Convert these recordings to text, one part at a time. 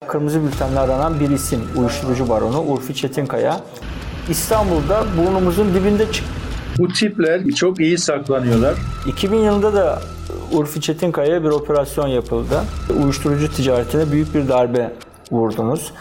kırmızı bültenle aranan bir isim, uyuşturucu baronu Urfi Çetinkaya. İstanbul'da burnumuzun dibinde çıktı. Bu tipler çok iyi saklanıyorlar. 2000 yılında da Urfi Çetinkaya'ya bir operasyon yapıldı. Uyuşturucu ticaretine büyük bir darbe vurdunuz.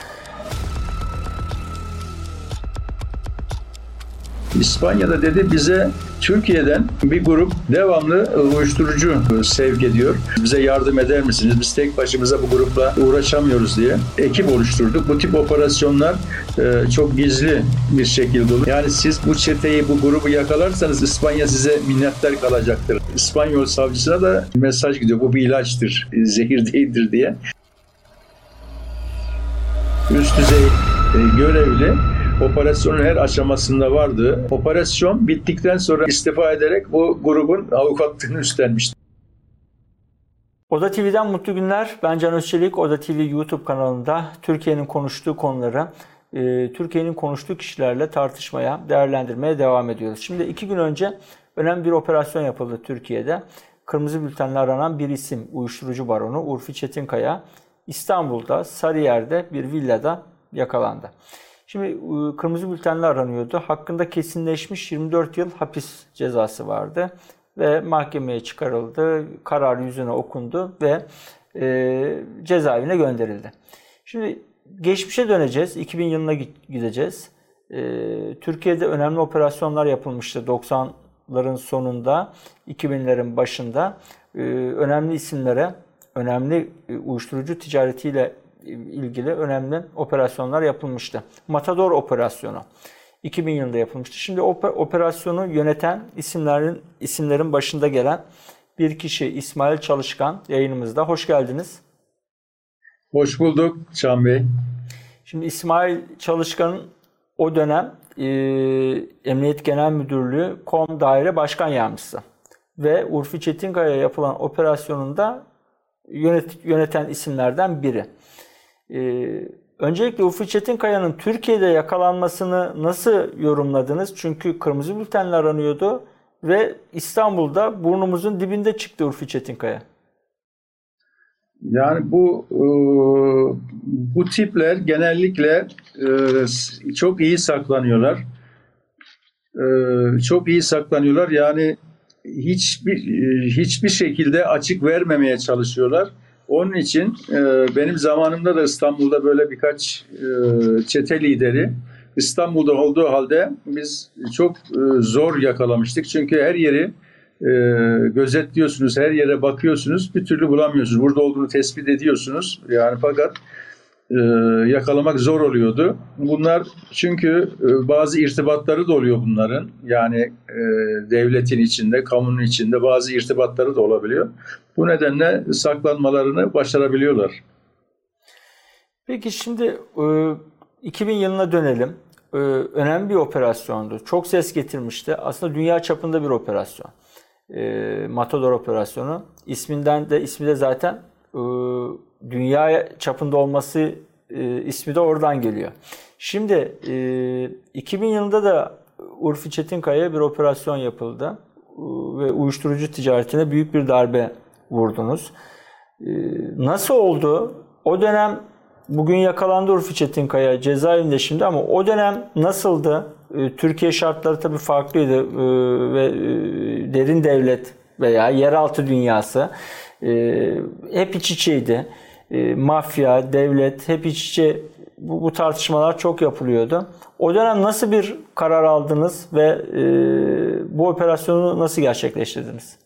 İspanya'da dedi bize Türkiye'den bir grup devamlı uyuşturucu sevk ediyor. Bize yardım eder misiniz? Biz tek başımıza bu grupla uğraşamıyoruz diye ekip oluşturduk. Bu tip operasyonlar çok gizli bir şekilde olur. Yani siz bu çeteyi, bu grubu yakalarsanız İspanya size minnettar kalacaktır. İspanyol savcısına da mesaj gidiyor. Bu bir ilaçtır, zehir değildir diye. Üst düzey görevli operasyonun her aşamasında vardı. Operasyon bittikten sonra istifa ederek bu grubun avukatlığını üstlenmişti. Oda TV'den mutlu günler. Ben Can Özçelik. Oda TV YouTube kanalında Türkiye'nin konuştuğu konuları, Türkiye'nin konuştuğu kişilerle tartışmaya, değerlendirmeye devam ediyoruz. Şimdi 2 gün önce önemli bir operasyon yapıldı Türkiye'de. Kırmızı bültenle aranan bir isim, uyuşturucu baronu Urfi Çetinkaya, İstanbul'da, Sarıyer'de bir villada yakalandı. Şimdi kırmızı bültenle aranıyordu. Hakkında kesinleşmiş 24 yıl hapis cezası vardı ve mahkemeye çıkarıldı. Karar yüzüne okundu ve cezaevine gönderildi. Şimdi geçmişe döneceğiz. 2000 yılına gideceğiz. Türkiye'de önemli operasyonlar yapılmıştı 90'ların sonunda, 2000'lerin başında. Önemli isimlere, önemli uyuşturucu ticaretiyle ilgili önemli operasyonlar yapılmıştı. Matador operasyonu 2000 yılında yapılmıştı. Şimdi operasyonu yöneten isimlerin başında gelen bir kişi İsmail Çalışkan yayınımızda. Hoş geldiniz. Hoş bulduk Can Bey. Şimdi İsmail Çalışkan'ın o dönem Emniyet Genel Müdürlüğü KOM Daire Başkan Yardımcısı ve Urfi Çetinkaya'ya yapılan operasyonunda yöneten isimlerden biri. Öncelikle Urfi Çetinkaya'nın Türkiye'de yakalanmasını nasıl yorumladınız? Çünkü kırmızı bültenle aranıyordu ve İstanbul'da burnumuzun dibinde çıktı Urfi Çetinkaya. Yani bu tipler genellikle çok iyi saklanıyorlar. Çok iyi saklanıyorlar. Yani hiçbir şekilde açık vermemeye çalışıyorlar. Onun için benim zamanımda da İstanbul'da böyle birkaç çete lideri İstanbul'da olduğu halde biz çok zor yakalamıştık. Çünkü her yeri gözetliyorsunuz, her yere bakıyorsunuz, bir türlü bulamıyorsunuz. Burada olduğunu tespit ediyorsunuz. Yani fakat yakalamak zor oluyordu. Bunlar çünkü bazı irtibatları da oluyor bunların. Yani devletin içinde, kamunun içinde bazı irtibatları da olabiliyor. Bu nedenle saklanmalarını başarabiliyorlar. Peki şimdi 2000 yılına dönelim. Önemli bir operasyondu. Çok ses getirmişti. Aslında dünya çapında bir operasyon. Matador operasyonu. İsmi de zaten dünya çapında olması ismi de oradan geliyor. Şimdi 2000 yılında da Urfi Çetinkaya'ya bir operasyon yapıldı ve uyuşturucu ticaretine büyük bir darbe vurdunuz. Nasıl oldu? O dönem bugün yakalandı Urfi Çetinkaya cezaevinde şimdi ama o dönem nasıldı? Türkiye şartları tabii farklıydı ve derin devlet veya yeraltı dünyası hep iç içeydi. Mafya, devlet hep iç içe bu tartışmalar çok yapılıyordu. O dönem nasıl bir karar aldınız ve bu operasyonu nasıl gerçekleştirdiniz?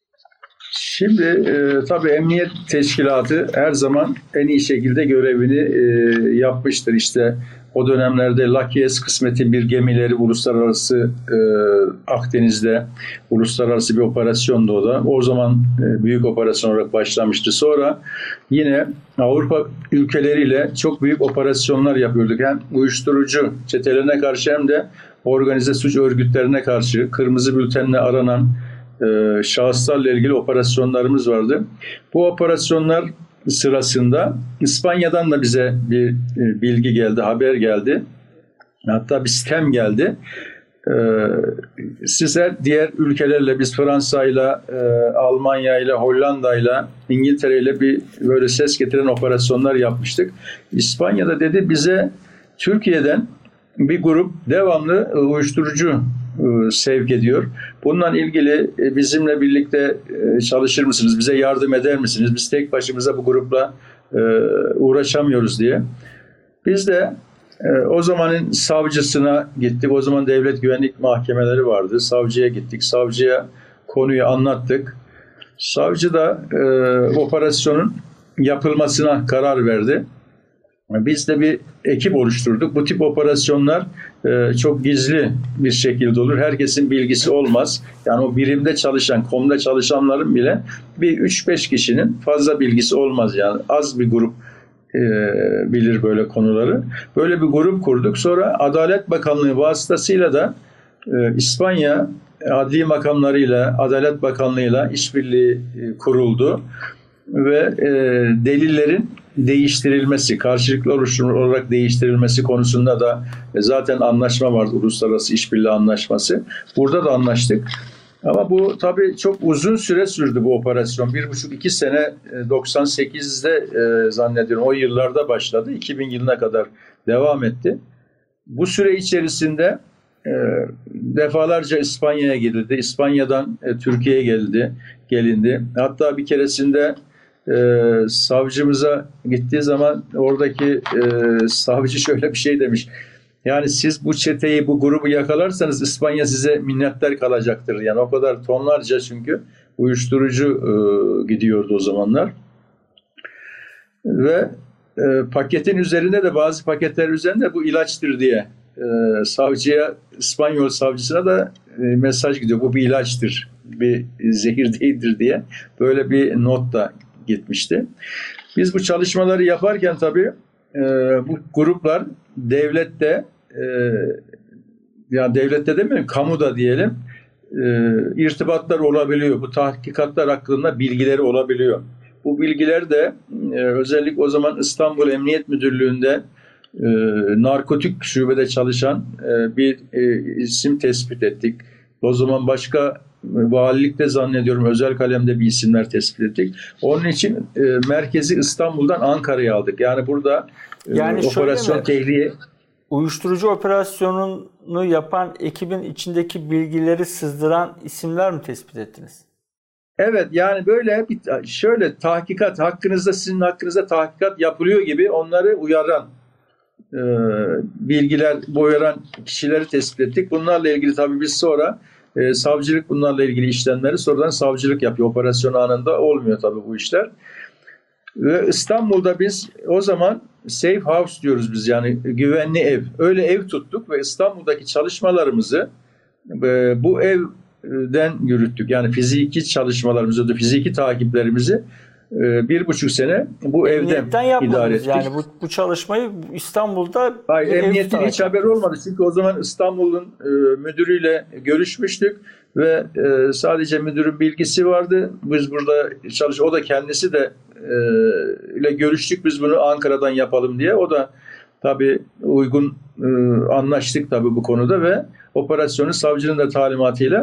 Şimdi tabii Emniyet Teşkilatı her zaman en iyi şekilde görevini yapmıştır. İşte o dönemlerde Lakiyes Kısmet'in bir gemileri uluslararası Akdeniz'de uluslararası bir operasyondu o da. O zaman büyük operasyon olarak başlamıştı. Sonra yine Avrupa ülkeleriyle çok büyük operasyonlar yapıyorduk. Hem uyuşturucu çetelerine karşı hem de organize suç örgütlerine karşı kırmızı bültenle aranan şahıslarla ilgili operasyonlarımız vardı. Bu operasyonlar sırasında İspanya'dan da bize bir bilgi geldi, haber geldi. Hatta bir sitem geldi. Size diğer ülkelerle, biz Fransa'yla, Almanya'yla, Hollanda'yla, İngiltere'yle bir böyle ses getiren operasyonlar yapmıştık. İspanya'da dedi bize Türkiye'den bir grup devamlı uyuşturucu sevk ediyor. Bununla ilgili bizimle birlikte çalışır mısınız? Bize yardım eder misiniz? Biz tek başımıza bu grupla uğraşamıyoruz diye. Biz de o zamanın savcısına gittik. O zaman devlet güvenlik mahkemeleri vardı. Savcıya gittik. Savcıya konuyu anlattık. Savcı da operasyonun yapılmasına karar verdi. Biz de bir ekip oluşturduk. Bu tip operasyonlar çok gizli bir şekilde olur. Herkesin bilgisi olmaz. Yani o birimde çalışan, komda çalışanların bile bir 3-5 kişinin fazla bilgisi olmaz. Yani az bir grup bilir böyle konuları. Böyle bir grup kurduk. Sonra Adalet Bakanlığı vasıtasıyla da İspanya adli makamlarıyla, Adalet Bakanlığı'yla işbirliği kuruldu ve delillerin değiştirilmesi, karşılıklı olarak değiştirilmesi konusunda da zaten anlaşma vardı, uluslararası işbirliği anlaşması. Burada da anlaştık. Ama bu tabii çok uzun süre sürdü bu operasyon. 1,5-2 sene 98'de zannediyorum o yıllarda başladı. 2000 yılına kadar devam etti. Bu süre içerisinde defalarca İspanya'ya gidildi. İspanya'dan Türkiye'ye gelindi. Hatta bir keresinde savcımıza gittiği zaman oradaki savcı şöyle bir şey demiş. Yani siz bu çeteyi, bu grubu yakalarsanız İspanya size minnettar kalacaktır. Yani o kadar tonlarca çünkü uyuşturucu gidiyordu o zamanlar. Ve paketin üzerinde de bazı paketler üzerinde bu ilaçtır diye savcıya, İspanyol savcısına da mesaj gidiyor. Bu bir ilaçtır, bir zehir değildir diye böyle bir not da gitmişti. Biz bu çalışmaları yaparken tabii bu gruplar devlette, yani devlette demiyorum, kamuda diyelim, irtibatlar olabiliyor. Bu tahkikatlar hakkında bilgileri olabiliyor. Bu bilgiler de özellikle o zaman İstanbul Emniyet Müdürlüğü'nde narkotik şubede çalışan bir isim tespit ettik. O zaman başka valilikte zannediyorum özel kalemde bir isimler tespit ettik. Onun için merkezi İstanbul'dan Ankara'ya aldık. Yani burada operasyon tehliye. Uyuşturucu operasyonunu yapan ekibin içindeki bilgileri sızdıran isimler mi tespit ettiniz? Evet, yani böyle şöyle tahkikat hakkınızda, sizin hakkınızda tahkikat yapılıyor gibi onları uyaran bilgiler, uyaran kişileri tespit ettik. Bunlarla ilgili tabii biz sonra savcılık bunlarla ilgili işlemleri sonradan savcılık yapıyor. Operasyon anında olmuyor tabii bu işler. Ve İstanbul'da biz o zaman safe house diyoruz biz, yani güvenli ev. Öyle ev tuttuk ve İstanbul'daki çalışmalarımızı bu evden yürüttük. Yani fiziki çalışmalarımızı, fiziki takiplerimizi 1,5 sene bu evden idare ettik. Yani bu çalışmayı İstanbul'da... Hayır, emniyetin hiç haberi olmadı. Çünkü o zaman İstanbul'un müdürüyle görüşmüştük ve sadece müdürün bilgisi vardı. Biz burada o da kendisi de ile görüştük, biz bunu Ankara'dan yapalım diye. O da tabii uygun, anlaştık tabii bu konuda ve operasyonu savcının da talimatıyla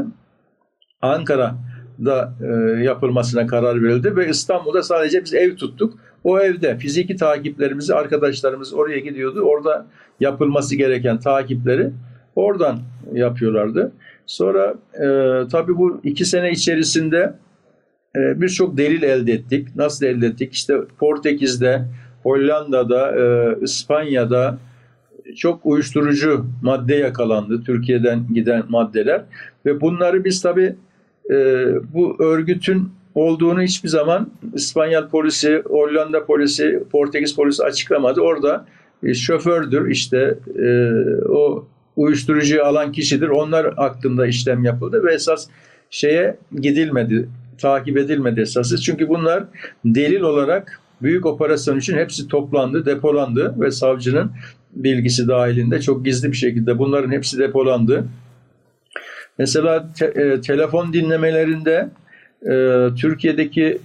Ankara'da yapılmasına karar verildi ve İstanbul'da sadece biz ev tuttuk. O evde fiziki takiplerimizi, arkadaşlarımız oraya gidiyordu. Orada yapılması gereken takipleri oradan yapıyorlardı. Sonra tabii bu 2 sene içerisinde birçok delil elde ettik. Nasıl elde ettik? İşte Portekiz'de, Hollanda'da, İspanya'da çok uyuşturucu madde yakalandı. Türkiye'den giden maddeler. Ve bunları biz tabii bu örgütün olduğunu hiçbir zaman İspanyol polisi, Hollanda polisi, Portekiz polisi açıklamadı. Orada şofördür, işte o uyuşturucuyu alan kişidir. Onlar hakkında işlem yapıldı ve esas şeye gidilmedi, takip edilmedi esası. Çünkü bunlar delil olarak büyük operasyon için hepsi toplandı, depolandı ve savcının bilgisi dahilinde çok gizli bir şekilde bunların hepsi depolandı. Mesela telefon dinlemelerinde Türkiye'deki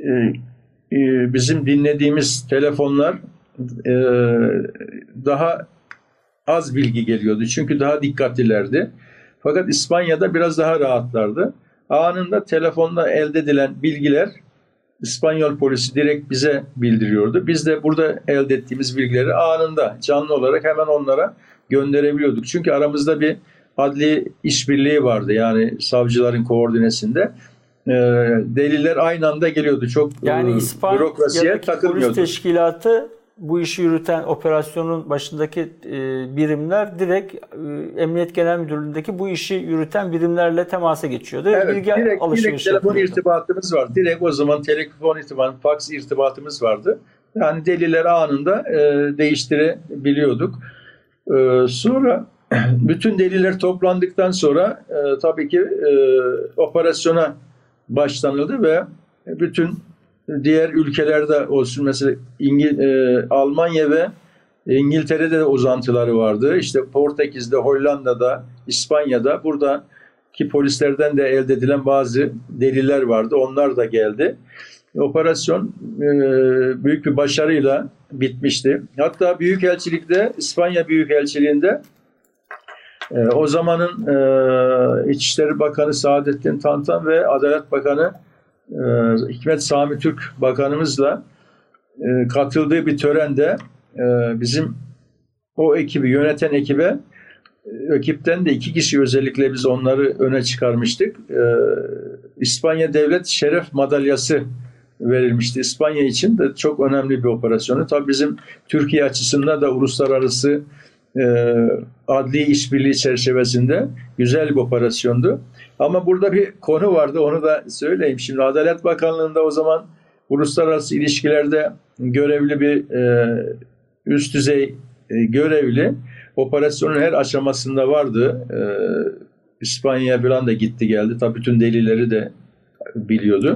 bizim dinlediğimiz telefonlar daha az bilgi geliyordu. Çünkü daha dikkatlilerdi. Fakat İspanya'da biraz daha rahatlardı. Anında telefonla elde edilen bilgiler İspanyol polisi direkt bize bildiriyordu. Biz de burada elde ettiğimiz bilgileri anında canlı olarak hemen onlara gönderebiliyorduk. Çünkü aramızda bir adli işbirliği vardı. Yani savcıların koordinesinde. Deliller aynı anda geliyordu. Çok yani bürokrasiye takılmıyordu. Polis teşkilatı bu işi yürüten operasyonun başındaki birimler direkt Emniyet Genel Müdürlüğü'ndeki bu işi yürüten birimlerle temasa geçiyordu. Evet, Bilgi direkt alışverişi telefon yapıyordu. irtibatımız vardı. Direkt o zaman telefon irtibatı, faks irtibatımız vardı. Yani delilleri anında değiştirebiliyorduk. Sonra bütün deliller toplandıktan sonra tabii ki operasyona başlanıldı ve bütün diğer ülkelerde olsun, mesela Almanya ve İngiltere'de de uzantıları vardı. İşte Portekiz'de, Hollanda'da, İspanya'da buradaki polislerden de elde edilen bazı deliller vardı. Onlar da geldi. Operasyon büyük bir başarıyla bitmişti. Hatta Büyükelçilik'te, İspanya Büyükelçiliği'nde o zamanın İçişleri Bakanı Saadettin Tantan ve Adalet Bakanı Hikmet Sami Türk Bakanımızla katıldığı bir törende bizim o ekibi, yöneten ekipten de 2 kişi özellikle biz onları öne çıkarmıştık. İspanya Devlet Şeref Madalyası verilmişti. İspanya için de çok önemli bir operasyonu. Tabii bizim Türkiye açısından da uluslararası adli işbirliği çerçevesinde güzel bir operasyondu. Ama burada bir konu vardı, onu da söyleyeyim. Şimdi Adalet Bakanlığı'nda o zaman uluslararası ilişkilerde görevli bir üst düzey görevli operasyonun her aşamasında vardı. İspanya'ya falan da gitti geldi. Tabii bütün delilleri de biliyordu.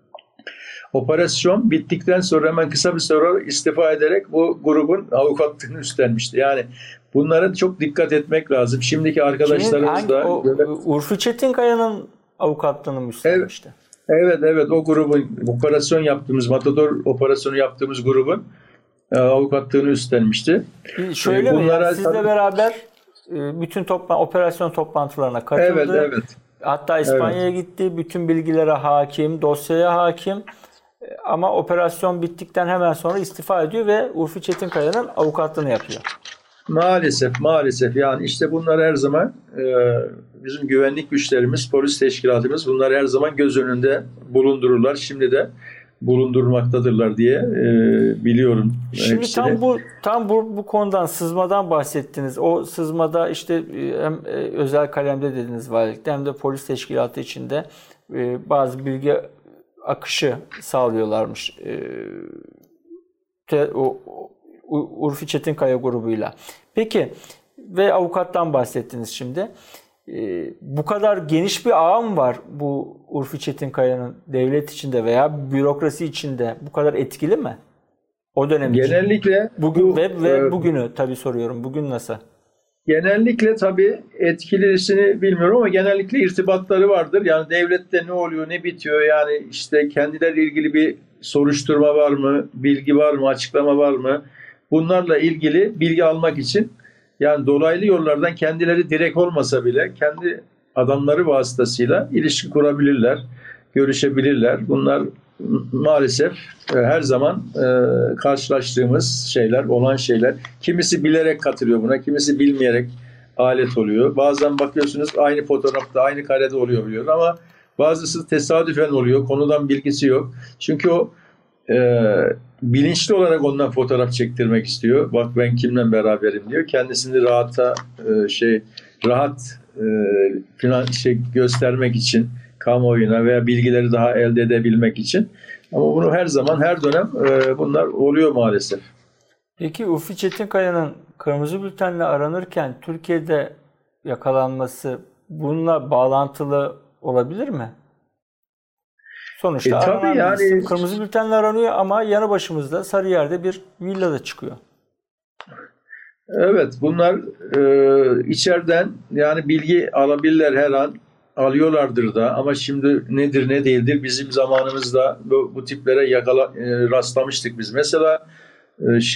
Operasyon bittikten sonra hemen kısa bir sonra istifa ederek bu grubun avukatlığını üstlenmişti. Yani bunlara çok dikkat etmek lazım. Şimdiki arkadaşlarımız da... Urfi Çetinkaya'nın avukatlığını mı üstlenmişti? Evet, o grubun operasyon yaptığımız, Matador operasyonu yaptığımız grubun avukatlığını üstlenmişti. Şöyle mi? Yani sizle beraber bütün operasyon toplantılarına katıldı. Evet. Hatta İspanya'ya gitti. Bütün bilgilere hakim, dosyaya hakim. Ama operasyon bittikten hemen sonra istifa ediyor ve Urfi Çetinkaya'nın avukatlığını yapıyor. Maalesef. Yani işte bunlar her zaman bizim güvenlik güçlerimiz, polis teşkilatımız bunlar her zaman göz önünde bulundururlar. Şimdi de bulundurmaktadırlar diye biliyorum. Şimdi hepsini. tam bu konudan, sızmadan bahsettiniz. O sızmada işte hem özel kalemde dediniz valilikte hem de polis teşkilatı içinde bazı bilgi akışı sağlıyorlarmış. Urfi Çetinkaya grubuyla. Peki ve avukattan bahsettiniz şimdi. Bu kadar geniş bir ağ mı var bu Urfi Çetinkaya'nın devlet içinde veya bürokrasi içinde, bu kadar etkili mi? O dönem için. Genellikle bugün ve bugünü tabii soruyorum. Bugün nasıl? Genellikle tabii etkilisini bilmiyorum ama genellikle irtibatları vardır. Yani devlette ne oluyor, ne bitiyor, yani işte kendileriyle ilgili bir soruşturma var mı, bilgi var mı, açıklama var mı? Bunlarla ilgili bilgi almak için yani dolaylı yollardan kendileri direkt olmasa bile kendi adamları vasıtasıyla ilişki kurabilirler, görüşebilirler. Bunlar maalesef her zaman karşılaştığımız olan şeyler. Kimisi bilerek katılıyor buna, kimisi bilmeyerek alet oluyor. Bazen bakıyorsunuz aynı fotoğrafta, aynı karede oluyor ama bazısı tesadüfen oluyor, konudan bilgisi yok. Çünkü o bilinçli olarak ondan fotoğraf çektirmek istiyor. Bak ben kimle beraberim diyor. Kendisini rahat göstermek için, kamuoyuna veya bilgileri daha elde edebilmek için. Ama bunu her zaman, her dönem bunlar oluyor maalesef. Peki Urfi Çetinkaya'nın kırmızı bültenle aranırken Türkiye'de yakalanması bununla bağlantılı olabilir mi? Sonuçta aranan bir isim kırmızı bültenle aranıyor ama yanı başımızda Sarıyer'de bir villada çıkıyor. Evet, bunlar içeriden yani bilgi alabilirler, her an alıyorlardır da ama şimdi nedir ne değildir bizim zamanımızda bu tiplere rastlamıştık biz. Mesela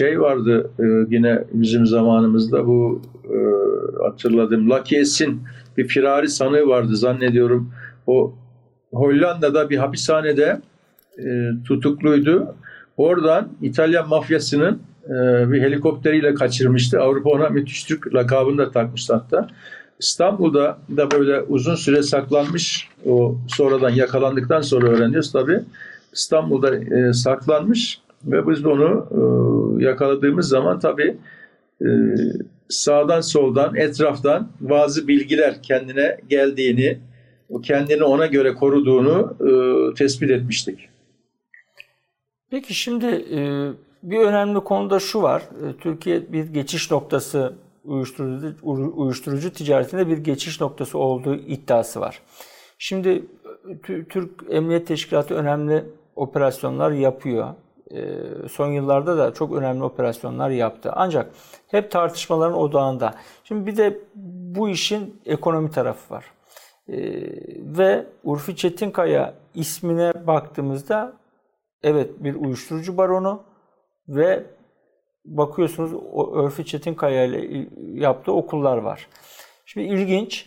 vardı yine bizim zamanımızda bu hatırladım, Lucky S'in bir firari sanığı vardı zannediyorum. O Hollanda'da bir hapishanede tutukluydu. Oradan İtalyan mafyasının bir helikopteriyle kaçırmıştı. Avrupa ona müthiş Türk lakabını da takmıştı hatta. İstanbul'da da böyle uzun süre saklanmış. O sonradan yakalandıktan sonra öğreniyoruz tabii. İstanbul'da saklanmış ve biz onu yakaladığımız zaman tabii sağdan soldan etraftan bazı bilgiler kendine geldiğini, kendini ona göre koruduğunu tespit etmiştik. Peki şimdi bir önemli konuda şu var. Türkiye bir geçiş noktası, uyuşturucu ticaretinde bir geçiş noktası olduğu iddiası var. Şimdi Türk Emniyet Teşkilatı önemli operasyonlar yapıyor. Son yıllarda da çok önemli operasyonlar yaptı. Ancak hep tartışmaların odağında. Şimdi bir de bu işin ekonomi tarafı var. Ve Urfi Çetinkaya ismine baktığımızda evet bir uyuşturucu baronu ve bakıyorsunuz Urfi Çetinkaya ile yaptığı okullar var. Şimdi ilginç.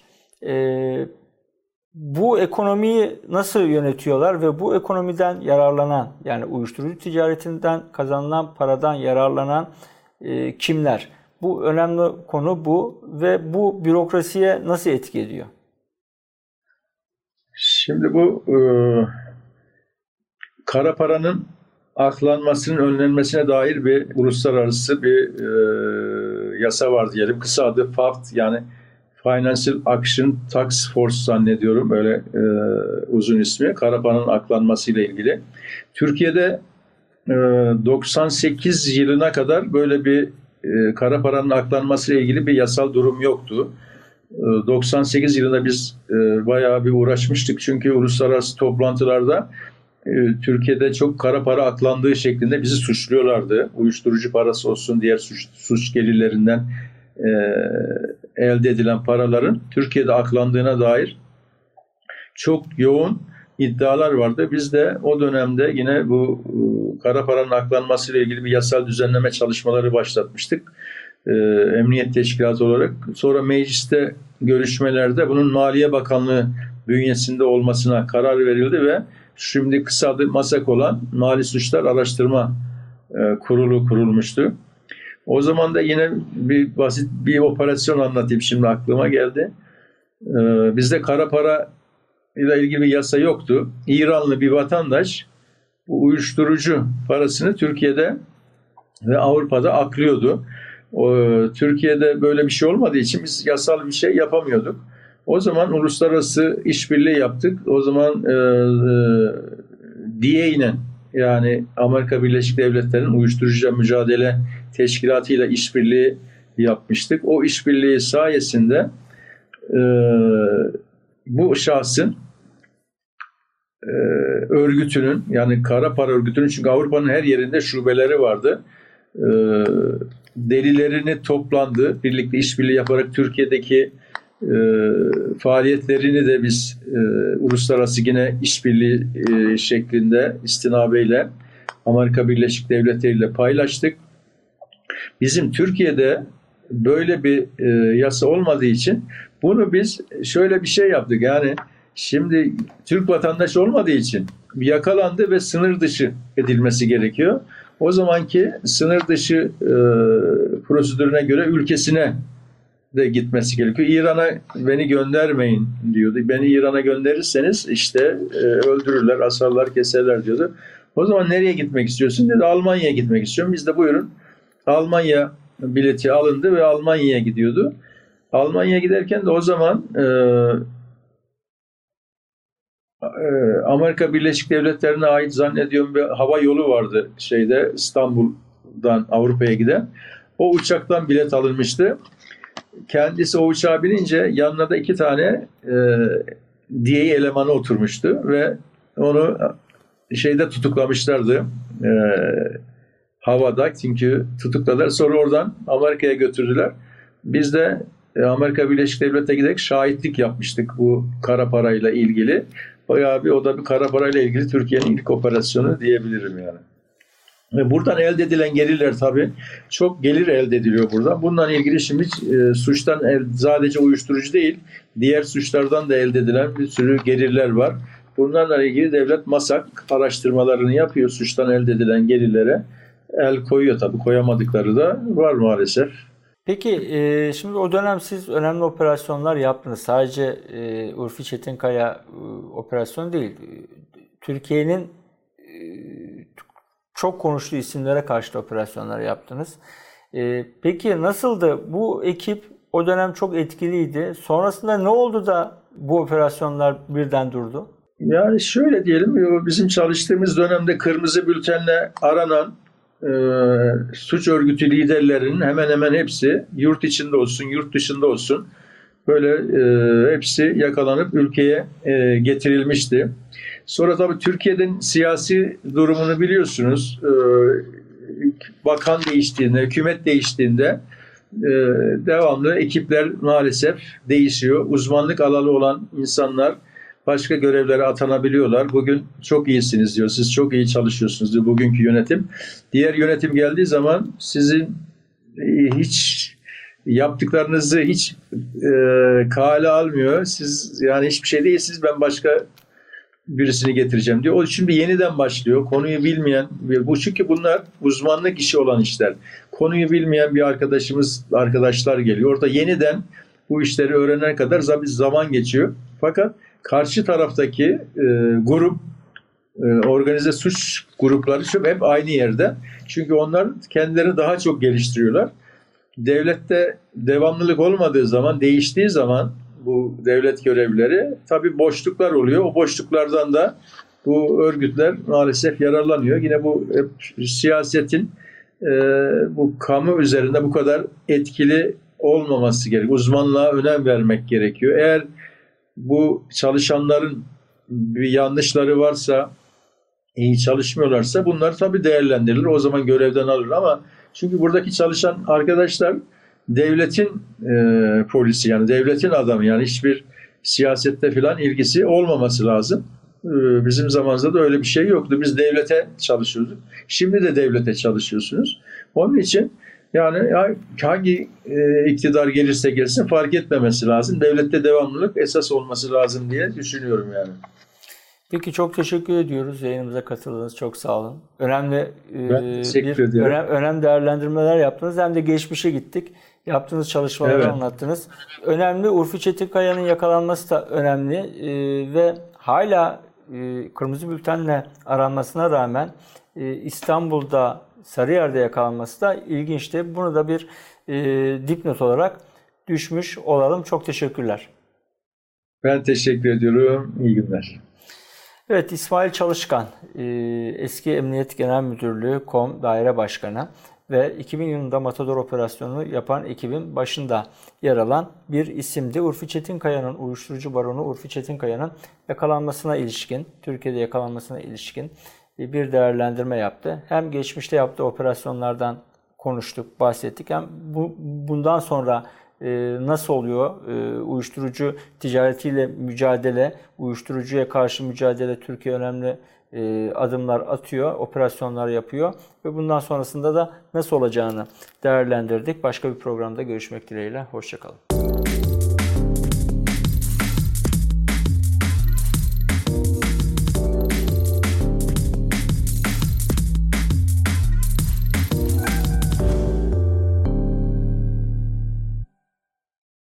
Bu ekonomiyi nasıl yönetiyorlar ve bu ekonomiden yararlanan, yani uyuşturucu ticaretinden kazanılan paradan yararlanan kimler? Bu önemli konu bu ve bu bürokrasiye nasıl etki ediyor? Şimdi bu kara paranın aklanmasının önlenmesine dair bir uluslararası bir yasa var diyelim. Kısa adı FATF, yani Financial Action Task Force zannediyorum, böyle uzun ismi. Kara paranın aklanması ile ilgili. Türkiye'de 98 yılına kadar böyle bir kara paranın aklanması ile ilgili bir yasal durum yoktu. 98 yılında biz bayağı bir uğraşmıştık. Çünkü uluslararası toplantılarda Türkiye'de çok kara para aklandığı şeklinde bizi suçluyorlardı. Uyuşturucu parası olsun, diğer suç gelirlerinden elde edilen paraların Türkiye'de aklandığına dair çok yoğun iddialar vardı. Biz de o dönemde yine bu kara paranın aklanması ile ilgili bir yasal düzenleme çalışmaları başlatmıştık. Emniyet Teşkilatı olarak. Sonra mecliste görüşmelerde bunun Maliye Bakanlığı bünyesinde olmasına karar verildi ve şimdi kısa adı MASAK olan Mali Suçlar Araştırma Kurulu kurulmuştu. O zaman da yine bir basit bir operasyon anlatayım, şimdi aklıma geldi. Bizde kara para ile ilgili bir yasa yoktu. İranlı bir vatandaş bu uyuşturucu parasını Türkiye'de ve Avrupa'da aklıyordu. Türkiye'de böyle bir şey olmadığı için biz yasal bir şey yapamıyorduk. O zaman uluslararası işbirliği yaptık. O zaman DEA'yle, yani Amerika Birleşik Devletleri'nin uyuşturucuyla mücadele teşkilatıyla işbirliği yapmıştık. O işbirliği sayesinde bu şahsın örgütünün, yani kara para örgütünün, çünkü Avrupa'nın her yerinde şubeleri vardı, delillerini toplandı. Birlikte işbirliği yaparak Türkiye'deki faaliyetlerini de biz uluslararası yine işbirliği şeklinde istinabeyle Amerika Birleşik Devletleri ile paylaştık. Bizim Türkiye'de böyle bir yasa olmadığı için bunu biz şöyle bir şey yaptık. Yani şimdi Türk vatandaşı olmadığı için yakalandı ve sınır dışı edilmesi gerekiyor. O zamanki sınır dışı prosedürüne göre ülkesine de gitmesi gerekiyor. İran'a beni göndermeyin diyordu. Beni İran'a gönderirseniz işte öldürürler, asarlar, keserler diyordu. O zaman nereye gitmek istiyorsun dedi. Almanya'ya gitmek istiyorum. Biz de buyurun. Almanya bileti alındı ve Almanya'ya gidiyordu. Almanya'ya giderken de o zaman Amerika Birleşik Devletleri'ne ait zannediyorum bir hava yolu vardı şeyde, İstanbul'dan Avrupa'ya giden. O uçaktan bilet alınmıştı. Kendisi o uçağa binince yanına da 2 tane DEA elemanı oturmuştu ve onu şeyde tutuklamışlardı, havada, çünkü tutukladılar. Sonra oradan Amerika'ya götürdüler. Biz de Amerika Birleşik Devletleri'ne giderek şahitlik yapmıştık bu kara parayla ilgili. Bayağı bir, o da bir kara parayla ilgili Türkiye'nin ilk operasyonu diyebilirim yani. Ve buradan elde edilen gelirler tabii çok gelir elde ediliyor buradan. Bununla ilgili şimdi suçtan sadece uyuşturucu değil, diğer suçlardan da elde edilen bir sürü gelirler var. Bunlarla ilgili devlet MASAK araştırmalarını yapıyor. Suçtan elde edilen gelirlere el koyuyor tabii. Koyamadıkları da var maalesef. Peki şimdi o dönem siz önemli operasyonlar yaptınız. Sadece Urfi Çetinkaya operasyonu değil. Türkiye'nin çok konuştuğu isimlere karşı da operasyonlar yaptınız. Peki nasıldı? Bu ekip o dönem çok etkiliydi. Sonrasında ne oldu da bu operasyonlar birden durdu? Yani şöyle diyelim, bizim çalıştığımız dönemde kırmızı bültenle aranan suç örgütü liderlerinin hemen hemen hepsi yurt içinde olsun, yurt dışında olsun böyle hepsi yakalanıp ülkeye getirilmişti. Sonra tabii Türkiye'nin siyasi durumunu biliyorsunuz. Bakan değiştiğinde, hükümet değiştiğinde devamlı ekipler maalesef değişiyor. Uzmanlık alanı olan insanlar başka görevlere atanabiliyorlar. Bugün çok iyisiniz diyor, siz çok iyi çalışıyorsunuz diyor bugünkü yönetim. Diğer yönetim geldiği zaman sizin hiç yaptıklarınızı hiç kale almıyor. Siz yani hiçbir şey değilsiniz, ben başka birisini getireceğim diyor. O için bir yeniden başlıyor. Konuyu bilmeyen, bu çünkü bunlar uzmanlık işi olan işler. Konuyu bilmeyen bir arkadaşlar geliyor. Orada yeniden bu işleri öğrenene kadar zaman geçiyor. Fakat karşı taraftaki grup, organize suç grupları hep aynı yerde. Çünkü onlar kendilerini daha çok geliştiriyorlar. Devlette devamlılık olmadığı zaman, değiştiği zaman bu devlet görevlileri tabii boşluklar oluyor. O boşluklardan da bu örgütler maalesef yararlanıyor. Yine bu siyasetin bu kamu üzerinde bu kadar etkili olmaması gerekiyor. Uzmanlığa önem vermek gerekiyor. Eğer bu çalışanların bir yanlışları varsa, iyi çalışmıyorlarsa bunlar tabii değerlendirilir. O zaman görevden alır ama çünkü buradaki çalışan arkadaşlar devletin polisi, yani devletin adamı, yani hiçbir siyasette falan ilgisi olmaması lazım. Bizim zamanımızda da öyle bir şey yoktu. Biz devlete çalışıyorduk. Şimdi de devlete çalışıyorsunuz. Onun için yani hangi iktidar gelirse gelsin fark etmemesi lazım. Devlette devamlılık esas olması lazım diye düşünüyorum yani. Peki çok teşekkür ediyoruz yayınımıza katıldığınız. Çok sağ olun. Önemli önemli değerlendirmeler yaptınız. Hem de geçmişe gittik. Yaptığınız çalışmaları anlattınız. Önemli, Urfi Çetinkaya'nın yakalanması da önemli ve hala kırmızı bültenle aranmasına rağmen İstanbul'da, Sarıyer'de yakalanması da ilginçti. Bunu da bir dipnot olarak düşmüş olalım. Çok teşekkürler. Ben teşekkür ediyorum. İyi günler. Evet, İsmail Çalışkan, eski Emniyet Genel Müdürlüğü KOM Daire Başkanı ve 2000 yılında Matador operasyonunu yapan ekibin başında yer alan bir isimdi. Urfi Çetinkaya'nın, uyuşturucu baronu Urfi Çetinkaya'nın yakalanmasına ilişkin, Türkiye'de yakalanmasına ilişkin bir değerlendirme yaptı. Hem geçmişte yaptığı operasyonlardan konuştuk, bahsettik. Hem bundan sonra nasıl oluyor? Uyuşturucu ticaretiyle mücadele, uyuşturucuya karşı mücadele Türkiye önemli adımlar atıyor, operasyonlar yapıyor ve bundan sonrasında da nasıl olacağını değerlendirdik. Başka bir programda görüşmek dileğiyle. Hoşça kalın.